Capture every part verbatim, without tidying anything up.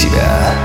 себя».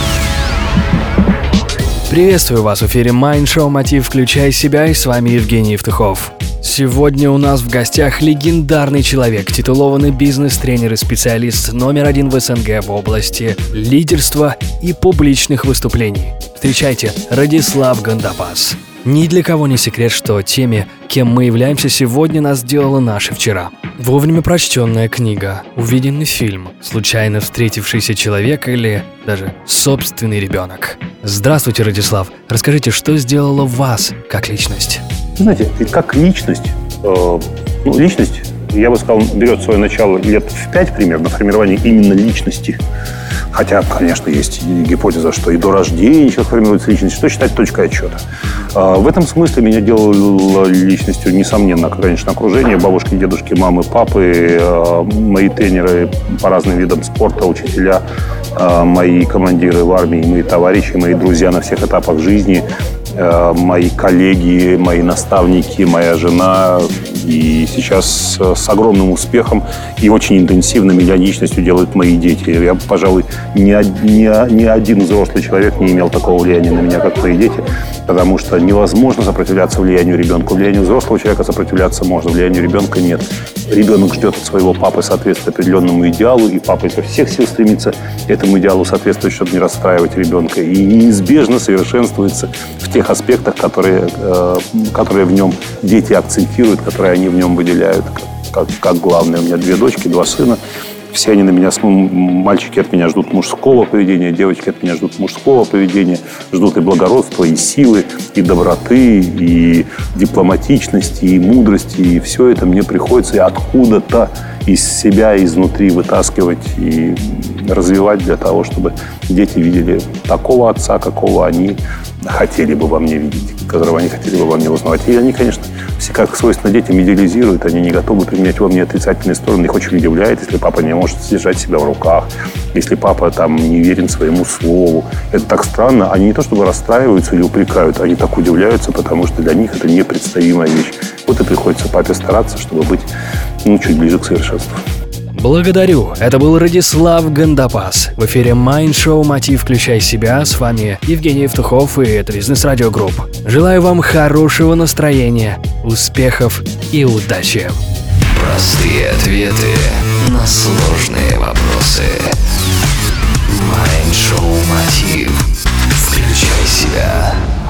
Приветствую вас в эфире Mind Show «Мотив. Включай себя», и с вами Евгений Евтухов. Сегодня у нас в гостях легендарный человек, титулованный бизнес-тренер и специалист номер один в СНГ в области лидерства и публичных выступлений. Встречайте, Радислав Гандапас. Ни для кого не секрет, что теми, кем мы являемся сегодня, нас сделало наше вчера. Вовремя прочтенная книга, увиденный фильм, случайно встретившийся человек или даже собственный ребенок. Здравствуйте, Радислав. Расскажите, что сделало вас как личность? Знаете, как личность, э, ну, личность, я бы сказал, берет свое начало лет в пять примерно, формирование именно личности. Хотя, конечно, есть гипотеза, что и до рождения человек формируется личность. Что считать точкой отсчета? Э, в этом смысле меня делало личностью, несомненно, конечно, окружение, бабушки, дедушки, мамы, папы, э, мои тренеры по разным видам спорта, учителя, э, мои командиры в армии, мои товарищи, мои друзья на всех этапах жизни, мои коллеги, мои наставники, моя жена. И сейчас с огромным успехом и очень интенсивно меня личностью делают мои дети. Я, пожалуй, ни, ни, ни один взрослый человек не имел такого влияния на меня, как мои дети, потому что невозможно сопротивляться влиянию ребенка. Влиянию взрослого человека сопротивляться можно, влиянию ребенка нет. Ребенок ждет от своего папы соответствовать определенному идеалу, и папа изо всех сил стремится этому идеалу соответствовать, чтобы не расстраивать ребенка. И неизбежно совершенствуется в тех аспектах, которые, э, которые в нем дети акцентируют, которые они в нем выделяют как, как главное. У меня две дочки, два сына. Все они на меня, мальчики от меня ждут мужского поведения, девочки от меня ждут мужского поведения, ждут и благородства, и силы, и доброты, и дипломатичности, и мудрости. И все это мне приходится откуда-то из себя, изнутри вытаскивать и развивать для того, чтобы дети видели такого отца, какого они хотели бы во мне видеть, которого они хотели бы во мне узнавать. И они, конечно, все, как свойственно детям, идеализируют, они не готовы применять во мне отрицательные стороны. Их очень удивляет, если папа не может сдержать себя в руках, если папа там не верен своему слову. Это так странно. Они не то чтобы расстраиваются или упрекают, они так удивляются, потому что для них это непредставимая вещь. Вот и приходится папе стараться, чтобы быть ну, чуть ближе к совершенству. Благодарю. Это был Радислав Гандапас. В эфире Mind Show «Мотив. Включай себя». С вами Евгений Евтухов, и это Бизнес Радио Групп. Желаю вам хорошего настроения, успехов и удачи. Простые ответы на сложные вопросы. Mind Show «Мотив. Включай себя».